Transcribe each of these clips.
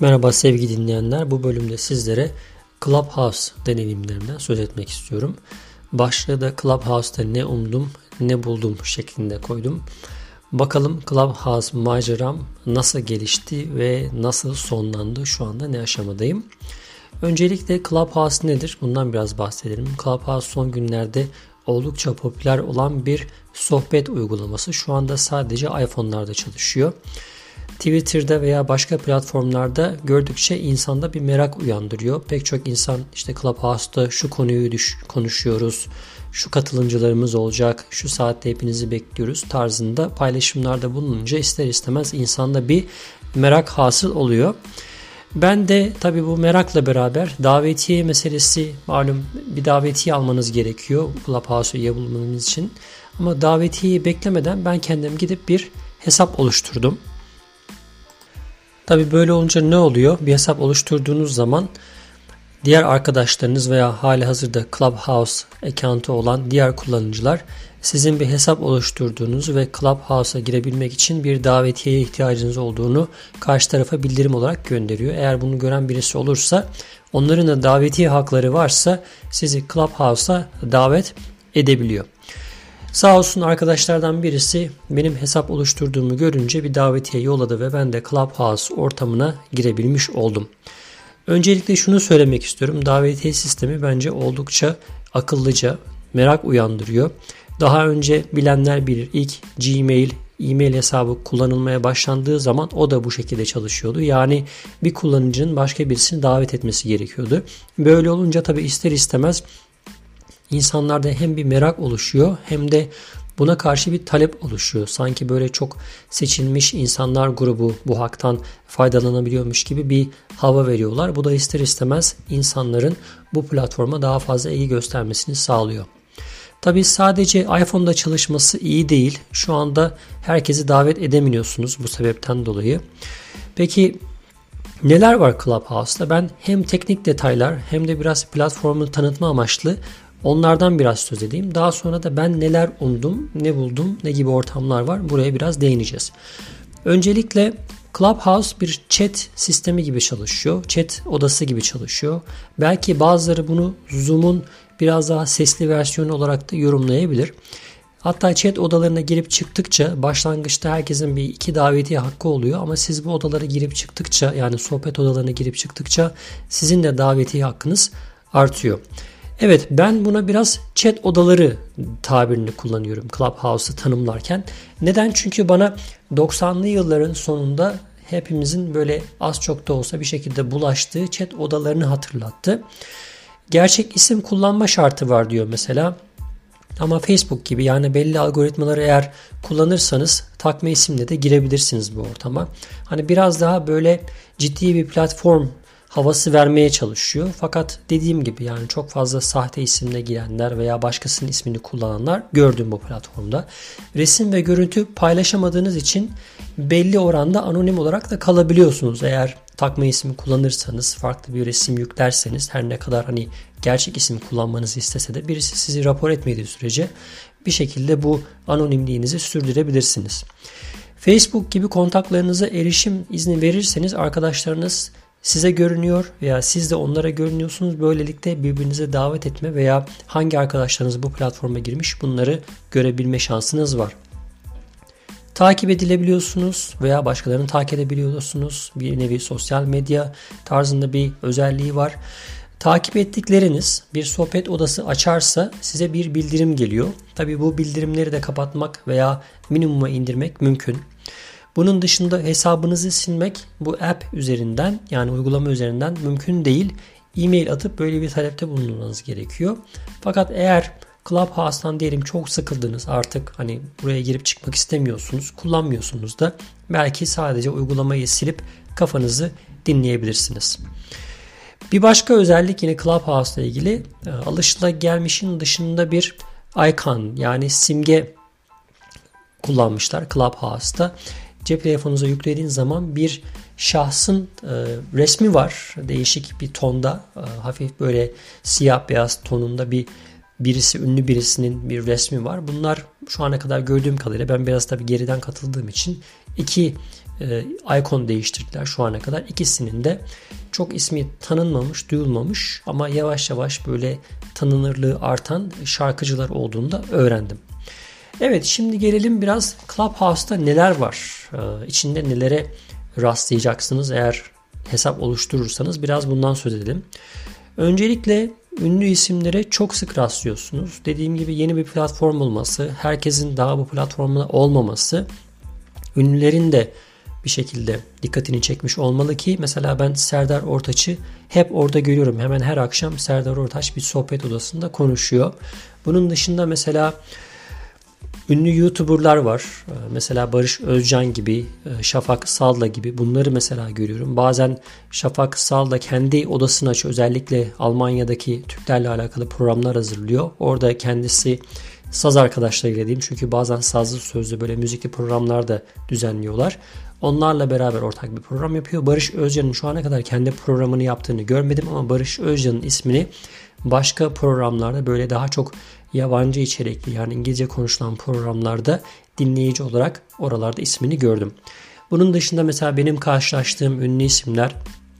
Merhaba sevgili dinleyenler. Bu bölümde sizlere Clubhouse deneyimlerimden söz etmek istiyorum. Başlığı da Clubhouse'da ne umdum ne buldum şeklinde koydum. Bakalım Clubhouse maceram nasıl gelişti ve nasıl sonlandı, şu anda ne aşamadayım. Öncelikle Clubhouse nedir? Bundan biraz bahsedelim. Clubhouse son günlerde oldukça popüler olan bir sohbet uygulaması. Şu anda sadece iPhone'larda çalışıyor. Twitter'da veya başka platformlarda gördükçe insanda bir merak uyandırıyor. Pek çok insan işte Clubhouse'da şu konuyu konuşuyoruz, şu katılımcılarımız olacak, şu saatte hepinizi bekliyoruz tarzında paylaşımlarda bulununca ister istemez insanda bir merak hasıl oluyor. Ben de tabii bu merakla beraber davetiye meselesi, malum bir davetiye almanız gerekiyor Clubhouse'a üye bulunmanız için. Ama davetiyeyi beklemeden ben kendim gidip bir hesap oluşturdum. Tabii böyle olunca ne oluyor? Bir hesap oluşturduğunuz zaman diğer arkadaşlarınız veya hali hazırda Clubhouse account'u olan diğer kullanıcılar sizin bir hesap oluşturduğunuzu ve Clubhouse'a girebilmek için bir davetiyeye ihtiyacınız olduğunu karşı tarafa bildirim olarak gönderiyor. Eğer bunu gören birisi olursa, onların da davetiye hakları varsa sizi Clubhouse'a davet edebiliyor. Sağ olsun arkadaşlardan birisi benim hesap oluşturduğumu görünce bir davetiye yolladı ve ben de Clubhouse ortamına girebilmiş oldum. Öncelikle şunu söylemek istiyorum. Davetiye sistemi bence oldukça akıllıca, merak uyandırıyor. Daha önce bilenler bilir, ilk Gmail, e-mail hesabı kullanılmaya başlandığı zaman o da bu şekilde çalışıyordu. Yani bir kullanıcının başka birisini davet etmesi gerekiyordu. Böyle olunca tabii ister istemez İnsanlarda hem bir merak oluşuyor hem de buna karşı bir talep oluşuyor. Sanki böyle çok seçilmiş insanlar grubu bu haktan faydalanabiliyormuş gibi bir hava veriyorlar. Bu da ister istemez insanların bu platforma daha fazla ilgi göstermesini sağlıyor. Tabii sadece iPhone'da çalışması iyi değil. Şu anda herkesi davet edemiyorsunuz bu sebepten dolayı. Peki neler var Clubhouse'da? Ben hem teknik detaylar hem de biraz platformu tanıtma amaçlı onlardan biraz söz edeyim. Daha sonra da ben neler umdum, ne buldum, ne gibi ortamlar var, buraya biraz değineceğiz. Öncelikle Clubhouse bir chat sistemi gibi çalışıyor. Chat odası gibi çalışıyor. Belki bazıları bunu Zoom'un biraz daha sesli versiyonu olarak da yorumlayabilir. Hatta chat odalarına girip çıktıkça başlangıçta herkesin bir iki davetiye hakkı oluyor ama siz bu odalara girip çıktıkça, yani sohbet odalarına girip çıktıkça sizin de davetiye hakkınız artıyor. Evet, ben buna biraz chat odaları tabirini kullanıyorum Clubhouse'u tanımlarken. Neden? Çünkü bana 90'lı yılların sonunda hepimizin böyle az çok da olsa bir şekilde bulaştığı chat odalarını hatırlattı. Gerçek isim kullanma şartı var diyor mesela. Ama Facebook gibi, yani belli algoritmaları eğer kullanırsanız takma isimle de girebilirsiniz bu ortama. Hani biraz daha böyle ciddi bir platform havası vermeye çalışıyor. Fakat dediğim gibi yani çok fazla sahte isimle girenler veya başkasının ismini kullananlar gördüm bu platformda. Resim ve görüntü paylaşamadığınız için belli oranda anonim olarak da kalabiliyorsunuz. Eğer takma ismi kullanırsanız, farklı bir resim yüklerseniz, her ne kadar hani gerçek isim kullanmanızı istese de birisi sizi rapor etmediği sürece bir şekilde bu anonimliğinizi sürdürebilirsiniz. Facebook gibi kontaklarınıza erişim izni verirseniz arkadaşlarınız size görünüyor veya siz de onlara görünüyorsunuz. Böylelikle birbirinize davet etme veya hangi arkadaşlarınız bu platforma girmiş bunları görebilme şansınız var. Takip edilebiliyorsunuz veya başkalarını takip edebiliyorsunuz. Bir nevi sosyal medya tarzında bir özelliği var. Takip ettikleriniz bir sohbet odası açarsa size bir bildirim geliyor. Tabii bu bildirimleri de kapatmak veya minimuma indirmek mümkün. Bunun dışında hesabınızı silmek bu app üzerinden, yani uygulama üzerinden mümkün değil. E-mail atıp böyle bir talepte bulunmanız gerekiyor. Fakat eğer Clubhouse'tan diyelim çok sıkıldınız, artık hani buraya girip çıkmak istemiyorsunuz, kullanmıyorsunuz da belki sadece uygulamayı silip kafanızı dinleyebilirsiniz. Bir başka özellik yine Clubhouse ile ilgili, alışılagelmişin dışında bir icon, yani simge kullanmışlar Clubhouse'da. Cep telefonunuza yüklediğiniz zaman bir şahsın resmi var. Değişik bir tonda, hafif böyle siyah beyaz tonunda birisi, ünlü birisinin bir resmi var. Bunlar şu ana kadar gördüğüm kadarıyla, ben biraz tabii geriden katıldığım için, iki icon değiştirdiler şu ana kadar. İkisinin de çok ismi tanınmamış, duyulmamış ama yavaş yavaş böyle tanınırlığı artan şarkıcılar olduğunu da öğrendim. Evet, şimdi gelelim biraz Clubhouse'da neler var, içinde nelere rastlayacaksınız eğer hesap oluşturursanız, biraz bundan söz edelim. Öncelikle ünlü isimlere çok sık rastlıyorsunuz. Dediğim gibi yeni bir platform olması, herkesin daha bu platformda olmaması, ünlülerin de bir şekilde dikkatini çekmiş olmalı ki mesela ben Serdar Ortaç'ı hep orada görüyorum. Hemen her akşam Serdar Ortaç bir sohbet odasında konuşuyor. Bunun dışında mesela ünlü YouTuber'lar var. Mesela Barış Özcan gibi, Şafak Salda gibi, bunları mesela görüyorum. Bazen Şafak Salda kendi odasını açıyor. Özellikle Almanya'daki Türklerle alakalı programlar hazırlıyor. Orada kendisi saz arkadaşlarıyla diyeyim. Çünkü bazen sazlı sözlü böyle müzikli programlar da düzenliyorlar. Onlarla beraber ortak bir program yapıyor. Barış Özcan'ın şu ana kadar kendi programını yaptığını görmedim ama Barış Özcan'ın ismini başka programlarda böyle daha çok yabancı içerikli, yani İngilizce konuşulan programlarda dinleyici olarak oralarda ismini gördüm. Bunun dışında mesela benim karşılaştığım ünlü isimler,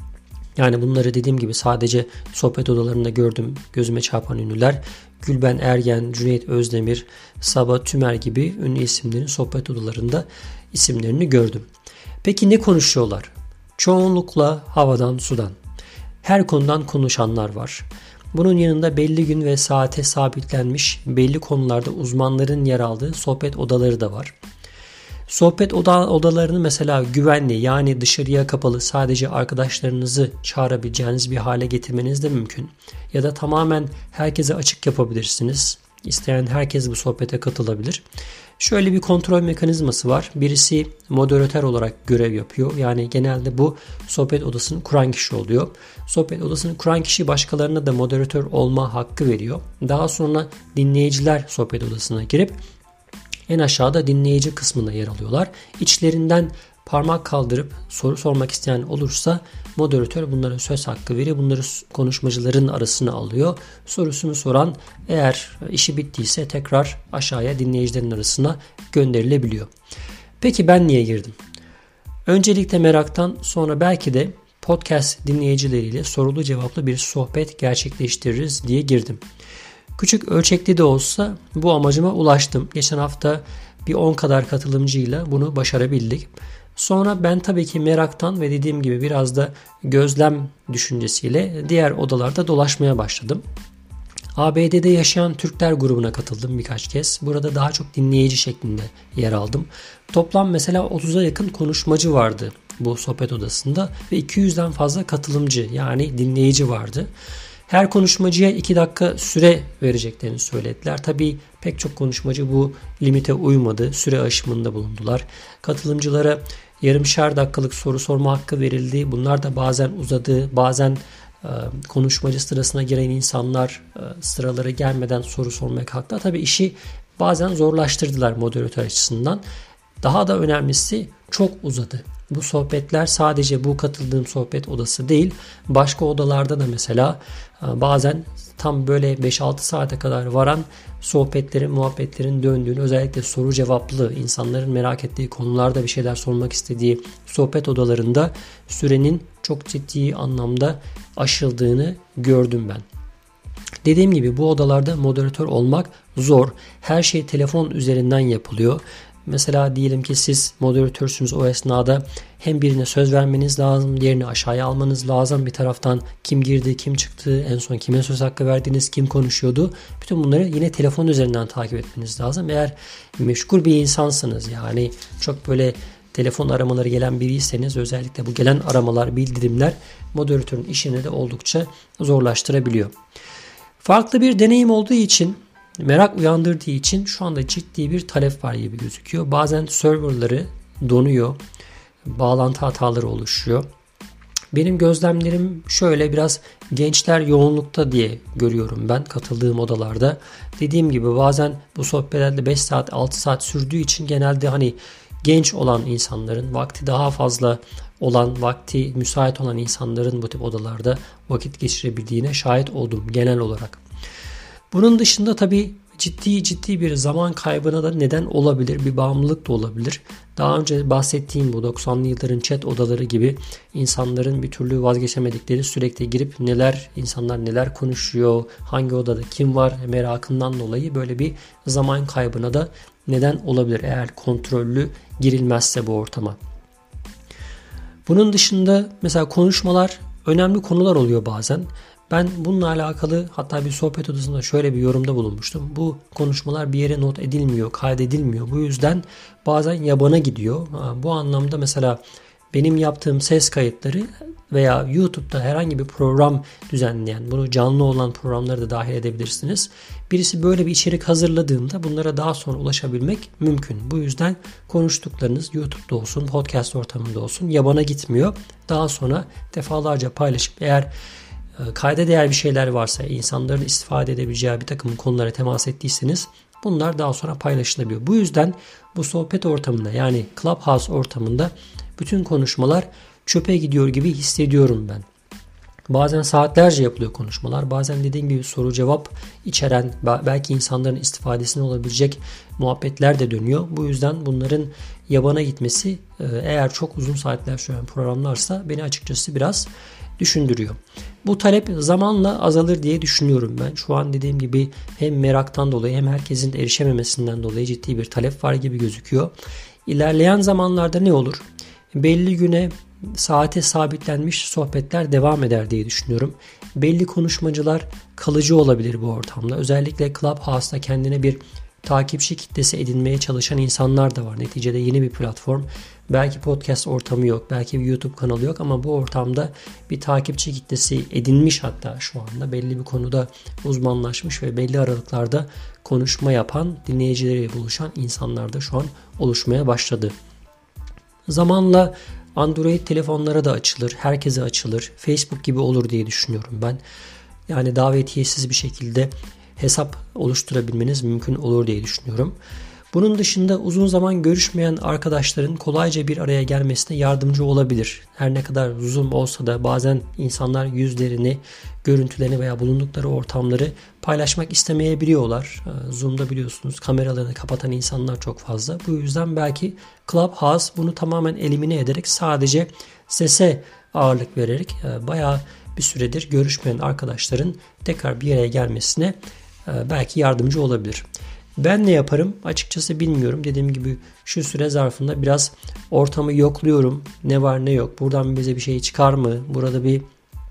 yani bunları dediğim gibi sadece sohbet odalarında gördüm, gözüme çarpan ünlüler. Gülben Ergen, Cüneyt Özdemir, Sabah Tümer gibi ünlü isimlerin sohbet odalarında isimlerini gördüm. Peki ne konuşuyorlar? Çoğunlukla havadan sudan. Her konudan konuşanlar var. Bunun yanında belli gün ve saate sabitlenmiş belli konularda uzmanların yer aldığı sohbet odaları da var. Sohbet odalarını mesela güvenli, yani dışarıya kapalı, sadece arkadaşlarınızı çağırabileceğiniz bir hale getirmeniz de mümkün. Ya da tamamen herkese açık yapabilirsiniz. İsteyen herkes bu sohbete katılabilir. Şöyle bir kontrol mekanizması var. Birisi moderatör olarak görev yapıyor. Yani genelde bu sohbet odasını kuran kişi oluyor. Sohbet odasını kuran kişi başkalarına da moderatör olma hakkı veriyor. Daha sonra dinleyiciler sohbet odasına girip en aşağıda dinleyici kısmında yer alıyorlar. İçlerinden parmak kaldırıp soru sormak isteyen olursa moderatör bunlara söz hakkı veriyor. Bunları konuşmacıların arasına alıyor. Sorusunu soran eğer işi bittiyse tekrar aşağıya dinleyicilerin arasına gönderilebiliyor. Peki ben niye girdim? Öncelikle meraktan, sonra belki de podcast dinleyicileriyle sorulu cevaplı bir sohbet gerçekleştiririz diye girdim. Küçük ölçekli de olsa bu amacıma ulaştım. Geçen hafta bir 10 kadar katılımcıyla bunu başarabildik. Sonra ben tabii ki meraktan ve dediğim gibi biraz da gözlem düşüncesiyle diğer odalarda dolaşmaya başladım. ABD'de yaşayan Türkler grubuna katıldım birkaç kez. Burada daha çok dinleyici şeklinde yer aldım. Toplam mesela 30'a yakın konuşmacı vardı bu sohbet odasında ve 200'den fazla katılımcı, yani dinleyici vardı. Her konuşmacıya 2 dakika süre vereceklerini söylediler. Tabii pek çok konuşmacı bu limite uymadı. Süre aşımında bulundular. Katılımcılara yarımşar dakikalık soru sorma hakkı verildi. Bunlar da bazen uzadı. Bazen konuşmacı sırasına giren insanlar sıraları gelmeden soru sormaya kalktılar. Tabii işi bazen zorlaştırdılar moderatör açısından. Daha da önemlisi çok uzadı. Bu sohbetler sadece bu katıldığım sohbet odası değil, başka odalarda da mesela bazen tam böyle 5-6 saate kadar varan sohbetlerin, muhabbetlerin döndüğünü, özellikle soru cevaplı, insanların merak ettiği konularda bir şeyler sormak istediği sohbet odalarında sürenin çok ciddi anlamda aşıldığını gördüm ben. Dediğim gibi bu odalarda moderatör olmak zor. Her şey telefon üzerinden yapılıyor. Mesela diyelim ki siz moderatörsünüz, o esnada hem birine söz vermeniz lazım, diğerini aşağıya almanız lazım. Bir taraftan kim girdi, kim çıktı, en son kime söz hakkı verdiniz, kim konuşuyordu. Bütün bunları yine telefon üzerinden takip etmeniz lazım. Eğer meşgul bir insansınız, yani çok böyle telefon aramaları gelen biriyseniz, özellikle bu gelen aramalar, bildirimler moderatörün işini de oldukça zorlaştırabiliyor. Farklı bir deneyim olduğu için, merak uyandırdığı için şu anda ciddi bir talep var gibi gözüküyor. Bazen serverları donuyor, bağlantı hataları oluşuyor. Benim gözlemlerim şöyle, biraz gençler yoğunlukta diye görüyorum ben katıldığım odalarda. Dediğim gibi bazen bu sohbetlerde 5 saat 6 saat sürdüğü için genelde hani genç olan insanların, vakti daha fazla olan, vakti müsait olan insanların bu tip odalarda vakit geçirebildiğine şahit oldum genel olarak. Bunun dışında tabii ciddi bir zaman kaybına da neden olabilir. Bir bağımlılık da olabilir. Daha önce bahsettiğim bu 90'lı yılların chat odaları gibi insanların bir türlü vazgeçemedikleri, sürekli girip insanlar neler konuşuyor, hangi odada kim var merakından dolayı böyle bir zaman kaybına da neden olabilir eğer kontrollü girilmezse bu ortama. Bunun dışında mesela konuşmalar, önemli konular oluyor bazen. Ben bununla alakalı hatta bir sohbet odasında şöyle bir yorumda bulunmuştum. Bu konuşmalar bir yere not edilmiyor, kaydedilmiyor. Bu yüzden bazen yabana gidiyor. Bu anlamda mesela benim yaptığım ses kayıtları veya YouTube'da herhangi bir program düzenleyen, bunu canlı olan programları da dahil edebilirsiniz. Birisi böyle bir içerik hazırladığında bunlara daha sonra ulaşabilmek mümkün. Bu yüzden konuştuklarınız YouTube'da olsun, podcast ortamında olsun yabana gitmiyor. Daha sonra defalarca paylaşıp eğer kayda değer bir şeyler varsa, insanların istifade edebileceği bir takım konulara temas ettiyseniz bunlar daha sonra paylaşılabiliyor. Bu yüzden bu sohbet ortamında yani Clubhouse ortamında bütün konuşmalar çöpe gidiyor gibi hissediyorum ben. Bazen saatlerce yapılıyor konuşmalar. Bazen dediğim gibi soru cevap içeren belki insanların istifadesine olabilecek muhabbetler de dönüyor. Bu yüzden bunların yabana gitmesi eğer çok uzun saatler süren programlarsa beni açıkçası biraz düşündürüyor. Bu talep zamanla azalır diye düşünüyorum ben. Şu an dediğim gibi hem meraktan dolayı hem herkesin de erişememesinden dolayı ciddi bir talep var gibi gözüküyor. İlerleyen zamanlarda ne olur? Belli güne, saate sabitlenmiş sohbetler devam eder diye düşünüyorum. Belli konuşmacılar kalıcı olabilir bu ortamda. Özellikle Clubhouse'da kendine bir takipçi kitlesi edinmeye çalışan insanlar da var. Neticede yeni bir platform. Belki podcast ortamı yok, belki bir YouTube kanalı yok ama bu ortamda bir takipçi kitlesi edinmiş, hatta şu anda belli bir konuda uzmanlaşmış ve belli aralıklarda konuşma yapan, dinleyicileriyle buluşan insanlar da şu an oluşmaya başladı. Zamanla Android telefonlara da açılır, herkese açılır, Facebook gibi olur diye düşünüyorum ben. Yani davetiyesiz bir şekilde hesap oluşturabilmeniz mümkün olur diye düşünüyorum. Bunun dışında uzun zaman görüşmeyen arkadaşların kolayca bir araya gelmesine yardımcı olabilir. Her ne kadar Zoom olsa da bazen insanlar yüzlerini, görüntülerini veya bulundukları ortamları paylaşmak istemeyebiliyorlar. Zoom'da biliyorsunuz kameralarını kapatan insanlar çok fazla. Bu yüzden belki Clubhouse bunu tamamen elimine ederek sadece sese ağırlık vererek bayağı bir süredir görüşmeyen arkadaşların tekrar bir araya gelmesine belki yardımcı olabilir. Ben ne yaparım? Açıkçası bilmiyorum. Dediğim gibi şu süre zarfında biraz ortamı yokluyorum. Ne var ne yok. Buradan bize bir şey çıkar mı? Burada bir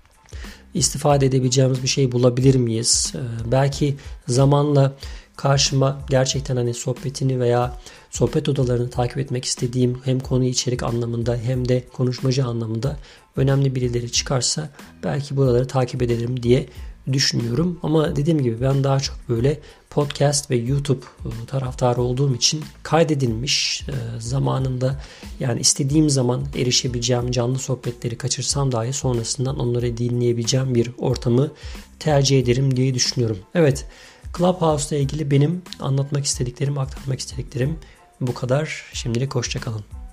istifade edebileceğimiz bir şey bulabilir miyiz? Belki zamanla karşıma gerçekten hani sohbetini veya sohbet odalarını takip etmek istediğim hem konu içerik anlamında hem de konuşmacı anlamında önemli birileri çıkarsa belki buraları takip ederim diye düşünüyorum. Ama dediğim gibi ben daha çok böyle podcast ve YouTube taraftarı olduğum için kaydedilmiş zamanında, yani istediğim zaman erişebileceğim canlı sohbetleri kaçırsam dahi sonrasından onları dinleyebileceğim bir ortamı tercih ederim diye düşünüyorum. Evet, Clubhouse ile ilgili benim anlatmak istediklerim, aktarmak istediklerim bu kadar. Şimdilik hoşça kalın.